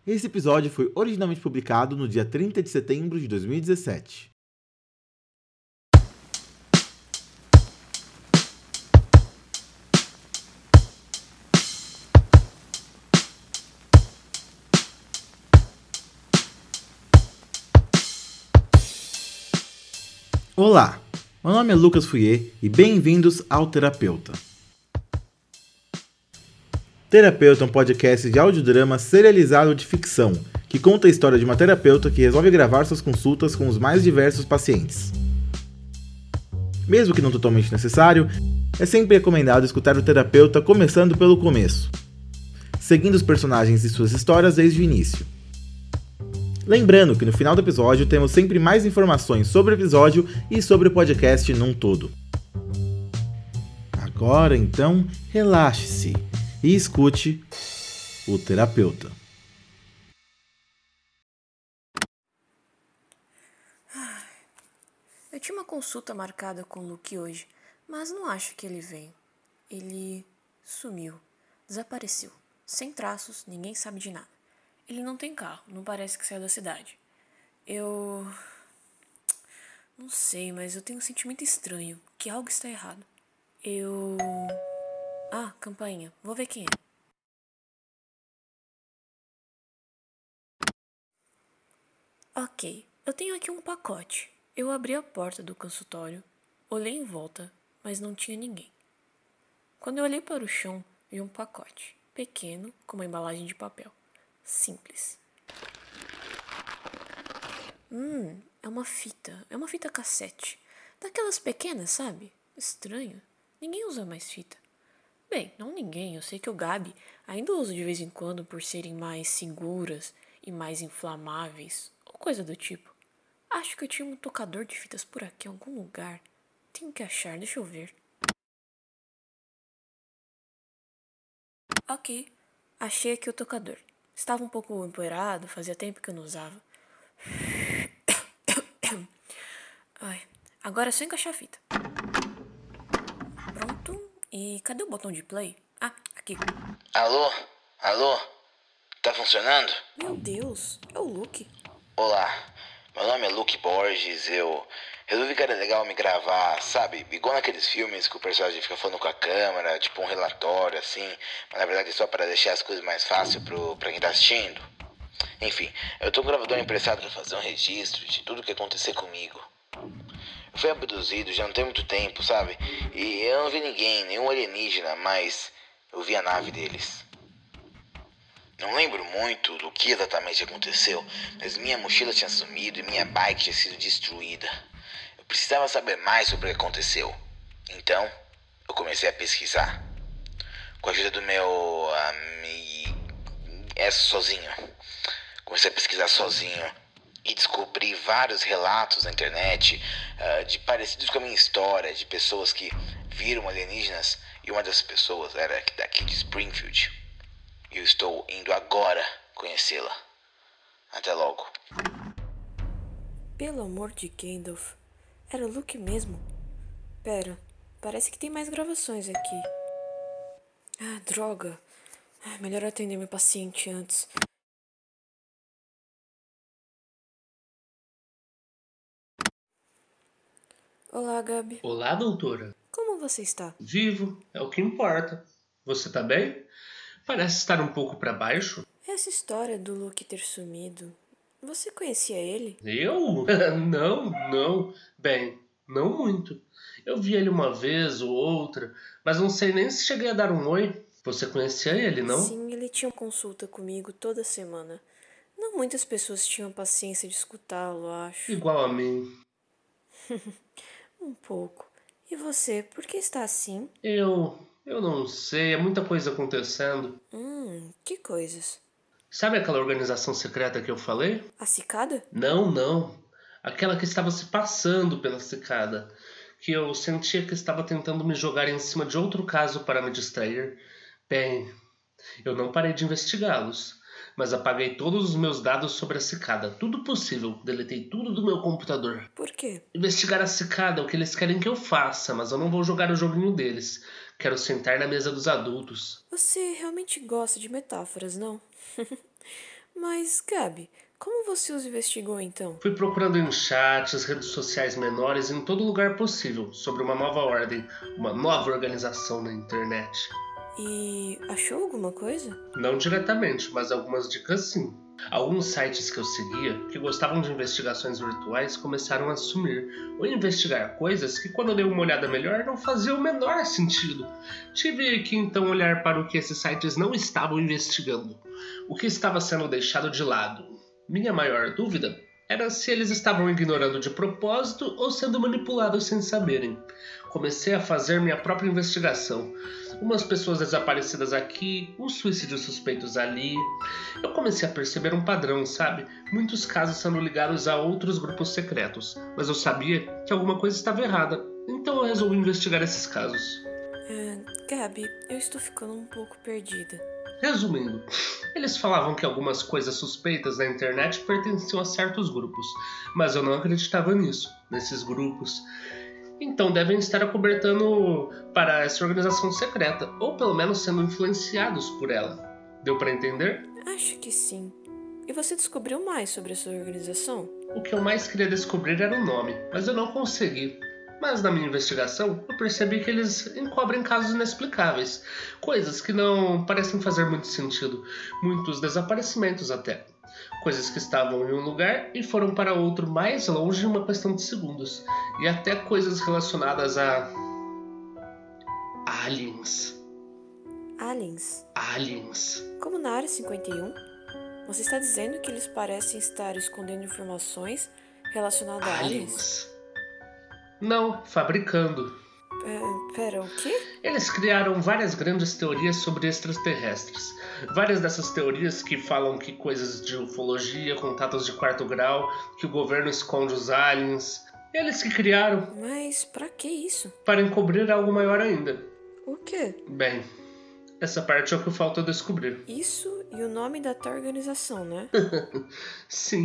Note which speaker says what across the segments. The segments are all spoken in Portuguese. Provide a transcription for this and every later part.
Speaker 1: Esse episódio foi originalmente publicado no dia 30 de setembro de 2017. Olá, meu nome é Lucas Fouier e bem-vindos ao Terapeuta. Terapeuta é um podcast de audiodrama serializado de ficção, que conta a história de uma terapeuta que resolve gravar suas consultas com os mais diversos pacientes. Mesmo que não totalmente necessário, é sempre recomendado escutar o terapeuta começando pelo começo, seguindo os personagens e suas histórias desde o início. Lembrando que no final do episódio temos sempre mais informações sobre o episódio e sobre o podcast num todo. Agora então, relaxe-se e escute o terapeuta.
Speaker 2: Eu tinha uma consulta marcada com o Luke hoje, mas não acho que ele vem. Ele sumiu, desapareceu, sem traços, ninguém sabe de nada. Ele não tem carro, não parece que saiu da cidade. Não sei, mas eu tenho um sentimento estranho, que algo está errado. Campainha, vou ver quem é. Ok, eu tenho aqui um pacote. Eu abri a porta do consultório, olhei em volta, mas não tinha ninguém. Quando eu olhei para o chão, vi um pacote, pequeno, com uma embalagem de papel. Simples. É uma fita cassete. Daquelas pequenas, sabe? Estranho, ninguém usa mais fita. Bem, não ninguém, eu sei que o Gabi ainda usa de vez em quando por serem mais seguras e mais inflamáveis, ou coisa do tipo. Acho que eu tinha um tocador de fitas por aqui em algum lugar. Tenho que achar, deixa eu ver. Ok, achei aqui o tocador. Estava um pouco empoeirado, fazia tempo que eu não usava. Agora é só encaixar a fita. Pronto, e cadê o botão de play? Aqui.
Speaker 3: Alô? Tá funcionando?
Speaker 2: Meu Deus, é o Luke.
Speaker 3: Olá, meu nome é Luke Borges, eu resolvi que era legal me gravar, sabe? Igual naqueles filmes que o personagem fica falando com a câmera, tipo um relatório, assim. Mas na verdade é só pra deixar as coisas mais fáceis pra quem tá assistindo. Enfim, eu tô com um gravador emprestado pra fazer um registro de tudo que acontecer comigo. Eu fui abduzido já não tem muito tempo, sabe? E eu não vi ninguém, nenhum alienígena, mas eu vi a nave deles. Não lembro muito do que exatamente aconteceu, mas minha mochila tinha sumido e minha bike tinha sido destruída. Eu precisava saber mais sobre o que aconteceu. Então, eu comecei a pesquisar. Com a ajuda do meu sozinho. Comecei a pesquisar sozinho e descobri vários relatos na internet de parecidos com a minha história, de pessoas que viram alienígenas, e uma das pessoas era daqui de Springfield. E eu estou indo agora conhecê-la. Até logo.
Speaker 2: Pelo amor de Gandalf, era o Luke mesmo? Pera, parece que tem mais gravações aqui. Droga. Melhor atender meu paciente antes. Olá, Gabi.
Speaker 4: Olá, doutora.
Speaker 2: Como você está?
Speaker 4: Vivo, é o que importa. Você tá bem? Parece estar um pouco para baixo.
Speaker 2: Essa história do Luke ter sumido, você conhecia ele?
Speaker 4: Eu? Não. Bem, não muito. Eu vi ele uma vez ou outra, mas não sei nem se cheguei a dar um oi. Você conhecia ele, não?
Speaker 2: Sim, ele tinha consulta comigo toda semana. Não muitas pessoas tinham paciência de escutá-lo, acho.
Speaker 4: Igual a mim.
Speaker 2: Um pouco. E você, por que está assim?
Speaker 4: Eu não sei, é muita coisa acontecendo.
Speaker 2: Que coisas?
Speaker 4: Sabe aquela organização secreta que eu falei?
Speaker 2: A cicada?
Speaker 4: Não. Aquela que estava se passando pela cicada. Que eu sentia que estava tentando me jogar em cima de outro caso para me distrair. Bem, eu não parei de investigá-los, mas apaguei todos os meus dados sobre a cicada. Tudo possível. Deletei tudo do meu computador.
Speaker 2: Por quê?
Speaker 4: Investigar a cicada é o que eles querem que eu faça, mas eu não vou jogar o joguinho deles. Quero sentar na mesa dos adultos.
Speaker 2: Você realmente gosta de metáforas, não? Mas, Gabi, como você os investigou então?
Speaker 4: Fui procurando em chats, redes sociais menores, em todo lugar possível, sobre uma nova ordem, uma nova organização na internet.
Speaker 2: E achou alguma coisa?
Speaker 4: Não diretamente, mas algumas dicas sim. Alguns sites que eu seguia, que gostavam de investigações virtuais, começaram a sumir ou investigar coisas que, quando eu dei uma olhada melhor, não faziam o menor sentido. Tive que então olhar para o que esses sites não estavam investigando, o que estava sendo deixado de lado. Minha maior dúvida era se eles estavam ignorando de propósito ou sendo manipulados sem saberem. Comecei a fazer minha própria investigação. Umas pessoas desaparecidas aqui, uns suicídios suspeitos ali. Eu comecei a perceber um padrão, sabe? Muitos casos sendo ligados a outros grupos secretos. Mas eu sabia que alguma coisa estava errada. Então eu resolvi investigar esses casos.
Speaker 2: Gabi, eu estou ficando um pouco perdida.
Speaker 4: Resumindo, eles falavam que algumas coisas suspeitas na internet pertenciam a certos grupos, mas eu não acreditava nesses grupos. Então devem estar acobertando para essa organização secreta, ou pelo menos sendo influenciados por ela. Deu para entender?
Speaker 2: Acho que sim. E você descobriu mais sobre essa organização?
Speaker 4: O que eu mais queria descobrir era o nome, mas eu não consegui. Mas na minha investigação, eu percebi que eles encobrem casos inexplicáveis, coisas que não parecem fazer muito sentido, muitos desaparecimentos até. Coisas que estavam em um lugar e foram para outro mais longe em uma questão de segundos, e até coisas relacionadas a aliens.
Speaker 2: Aliens?
Speaker 4: Aliens.
Speaker 2: Como na Área 51? Você está dizendo que eles parecem estar escondendo informações relacionadas a aliens?
Speaker 4: Não, fabricando.
Speaker 2: Pera, o quê?
Speaker 4: Eles criaram várias grandes teorias sobre extraterrestres. Várias dessas teorias que falam que coisas de ufologia, contatos de quarto grau, que o governo esconde os aliens. Eles que criaram.
Speaker 2: Mas pra que isso?
Speaker 4: Para encobrir algo maior ainda.
Speaker 2: O quê?
Speaker 4: Bem, essa parte é o que falta descobrir.
Speaker 2: Isso e o nome da tua organização, né?
Speaker 4: Sim.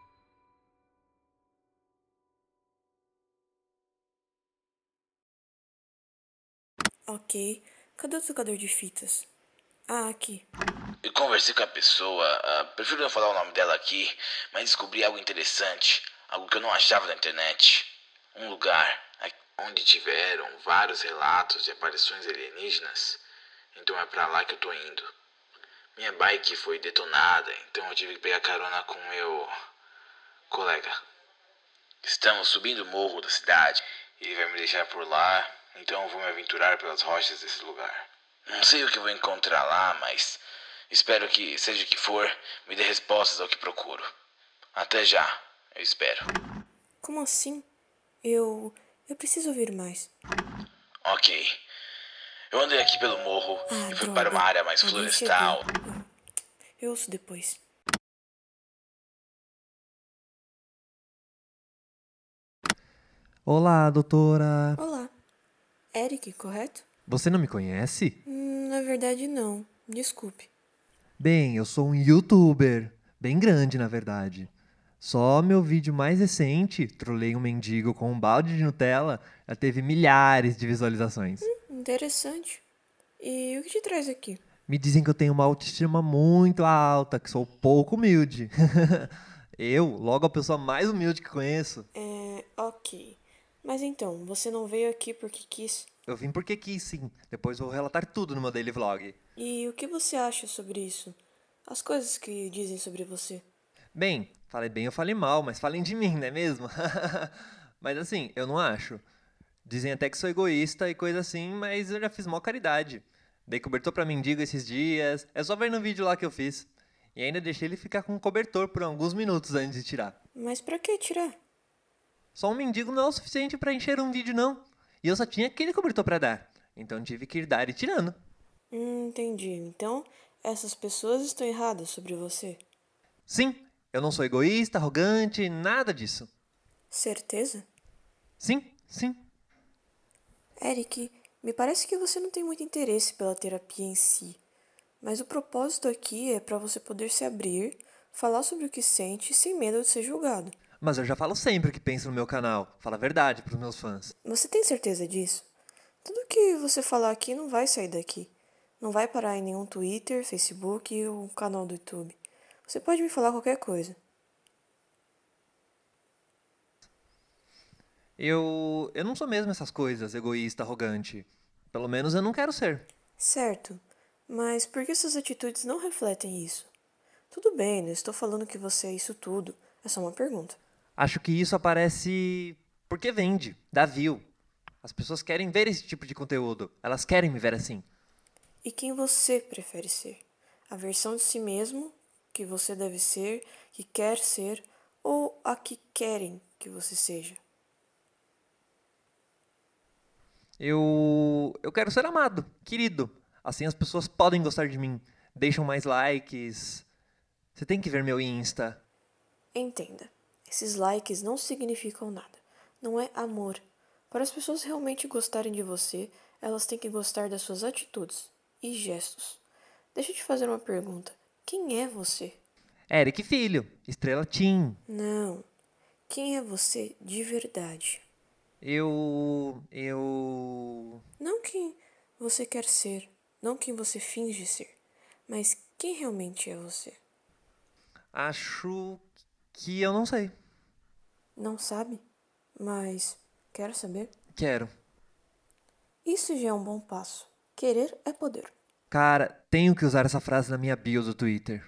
Speaker 2: Ok. Cadê o tocador de fitas? Ah, aqui.
Speaker 3: Eu conversei com a pessoa, prefiro não falar o nome dela aqui, mas descobri algo interessante, algo que eu não achava na internet. Um lugar onde tiveram vários relatos de aparições alienígenas, então é pra lá que eu tô indo. Minha bike foi detonada, então eu tive que pegar carona com meu colega. Estamos subindo o morro da cidade, ele vai me deixar por lá, então eu vou me aventurar pelas rochas desse lugar. Não sei o que vou encontrar lá, mas espero que, seja o que for, me dê respostas ao que procuro. Até já, eu espero.
Speaker 2: Como assim? Eu preciso ouvir mais.
Speaker 3: Ok. Eu andei aqui pelo morro e fui
Speaker 2: droga.
Speaker 3: para uma área mais
Speaker 2: Alguém
Speaker 3: florestal.
Speaker 2: chegou. Eu ouço depois.
Speaker 5: Olá, doutora.
Speaker 2: Olá. Eric, correto?
Speaker 5: Você não me conhece?
Speaker 2: Na verdade, não. Desculpe.
Speaker 5: Bem, eu sou um youtuber. Bem grande, na verdade. Só meu vídeo mais recente, trolei um mendigo com um balde de Nutella, já teve milhares de visualizações.
Speaker 2: Interessante. E o que te traz aqui?
Speaker 5: Me dizem que eu tenho uma autoestima muito alta, que sou pouco humilde. Eu, logo a pessoa mais humilde que conheço.
Speaker 2: Ok. Mas então, você não veio aqui porque quis?
Speaker 5: Eu vim porque quis, sim. Depois vou relatar tudo no meu daily vlog.
Speaker 2: E o que você acha sobre isso? As coisas que dizem sobre você?
Speaker 5: Bem, falei bem ou falei mal, mas falem de mim, não é mesmo? Mas assim, eu não acho. Dizem até que sou egoísta e coisa assim, mas eu já fiz mó caridade. Dei cobertor pra mendigo esses dias, é só ver no vídeo lá que eu fiz. E ainda deixei ele ficar com um cobertor por alguns minutos antes de tirar.
Speaker 2: Mas pra que tirar?
Speaker 5: Só um mendigo não é o suficiente pra encher um vídeo, não. E eu só tinha aquele cobertor pra dar. Então tive que ir dar e tirando.
Speaker 2: Entendi. Então, essas pessoas estão erradas sobre você?
Speaker 5: Sim, eu não sou egoísta, arrogante, nada disso.
Speaker 2: Certeza?
Speaker 5: Sim, sim.
Speaker 2: Eric, me parece que você não tem muito interesse pela terapia em si. Mas o propósito aqui é para você poder se abrir, falar sobre o que sente sem medo de ser julgado.
Speaker 5: Mas eu já falo sempre o que penso no meu canal. Falo a verdade pros meus fãs.
Speaker 2: Você tem certeza disso? Tudo que você falar aqui não vai sair daqui. Não vai parar em nenhum Twitter, Facebook ou canal do YouTube. Você pode me falar qualquer coisa.
Speaker 5: Eu não sou mesmo essas coisas, egoísta, arrogante. Pelo menos eu não quero ser.
Speaker 2: Certo, mas por que suas atitudes não refletem isso? Tudo bem, não estou falando que você é isso tudo, é só uma pergunta.
Speaker 5: Acho que isso aparece porque vende, dá view. As pessoas querem ver esse tipo de conteúdo. Elas querem me ver assim.
Speaker 2: E quem você prefere ser? A versão de si mesmo que você deve ser, que quer ser, ou a que querem que você seja?
Speaker 5: Eu quero ser amado, querido. Assim as pessoas podem gostar de mim. Deixam mais likes. Você tem que ver meu Insta.
Speaker 2: Entenda, esses likes não significam nada. Não é amor. Para as pessoas realmente gostarem de você, elas têm que gostar das suas atitudes e gestos. Deixa eu te fazer uma pergunta. Quem é você?
Speaker 5: Eric Filho, Estrela Team.
Speaker 2: Não. Quem é você de verdade?
Speaker 5: Eu.
Speaker 2: Não quem você quer ser, não quem você finge ser, mas quem realmente é você.
Speaker 5: Acho que eu não sei.
Speaker 2: Não sabe? Mas quer saber?
Speaker 5: Quero.
Speaker 2: Isso já é um bom passo. Querer é poder.
Speaker 5: Cara, tenho que usar essa frase na minha bio do Twitter.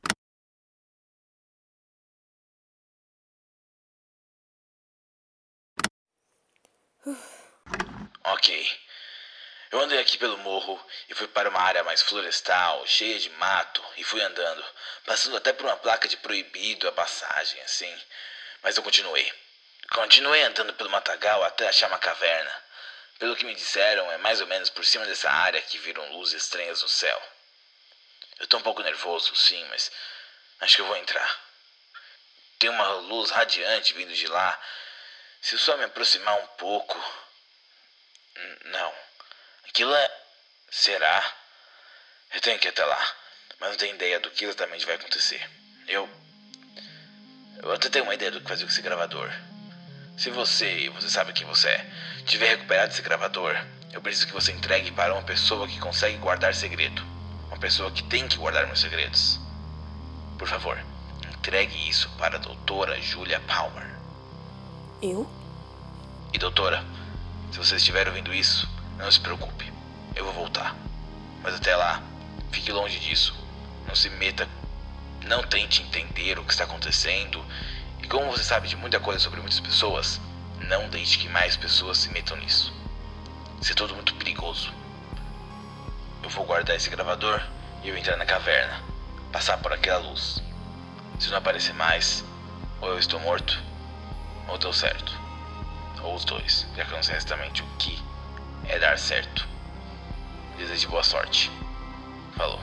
Speaker 3: Ok. Eu andei aqui pelo morro e fui para uma área mais florestal, cheia de mato, e fui andando, passando até por uma placa de proibido a passagem, assim. Mas eu continuei. Continuei andando pelo matagal até achar uma caverna. Pelo que me disseram, é mais ou menos por cima dessa área que viram luzes estranhas no céu. Eu tô um pouco nervoso, sim, mas acho que eu vou entrar. Tem uma luz radiante vindo de lá. Se eu só me aproximar um pouco... Não. Aquilo é... Será? Eu tenho que ir até lá, mas não tenho ideia do que exatamente vai acontecer. Eu até tenho uma ideia do que fazer com esse gravador. Se você sabe quem você é, tiver recuperado esse gravador, eu preciso que você entregue para uma pessoa que consegue guardar segredo. Uma pessoa que tem que guardar meus segredos. Por favor, entregue isso para a doutora Julia Palmer.
Speaker 2: Eu?
Speaker 3: E doutora, se você estiver ouvindo isso, não se preocupe. Eu vou voltar. Mas até lá, fique longe disso. Não se meta. Não tente entender o que está acontecendo. E como você sabe de muita coisa sobre muitas pessoas, não deixe que mais pessoas se metam nisso. Isso é tudo muito perigoso. Eu vou guardar esse gravador e eu entrar na caverna. Passar por aquela luz. Se não aparecer mais, ou eu estou morto, ou deu certo. Ou os dois, já que eu não sei exatamente o que é dar certo. Desejo boa sorte. Falou.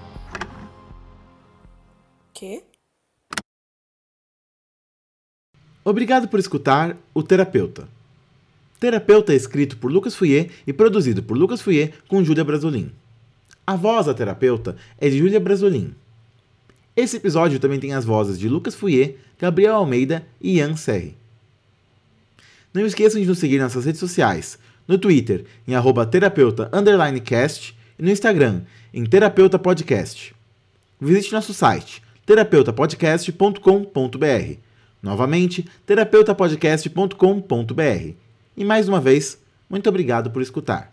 Speaker 2: Quê?
Speaker 1: Obrigado por escutar O Terapeuta. Terapeuta é escrito por Lucas Fouier e produzido por Lucas Fouier com Júlia Brasolin. A voz da terapeuta é de Júlia Brasolin. Esse episódio também tem as vozes de Lucas Fouier, Gabriel Almeida e Ian Serri. Não esqueçam de nos seguir nas nossas redes sociais, no Twitter em @terapeuta_cast e no Instagram em Terapeuta Podcast. Visite nosso site terapeutapodcast.com.br. Novamente, terapeutapodcast.com.br. E mais uma vez, muito obrigado por escutar.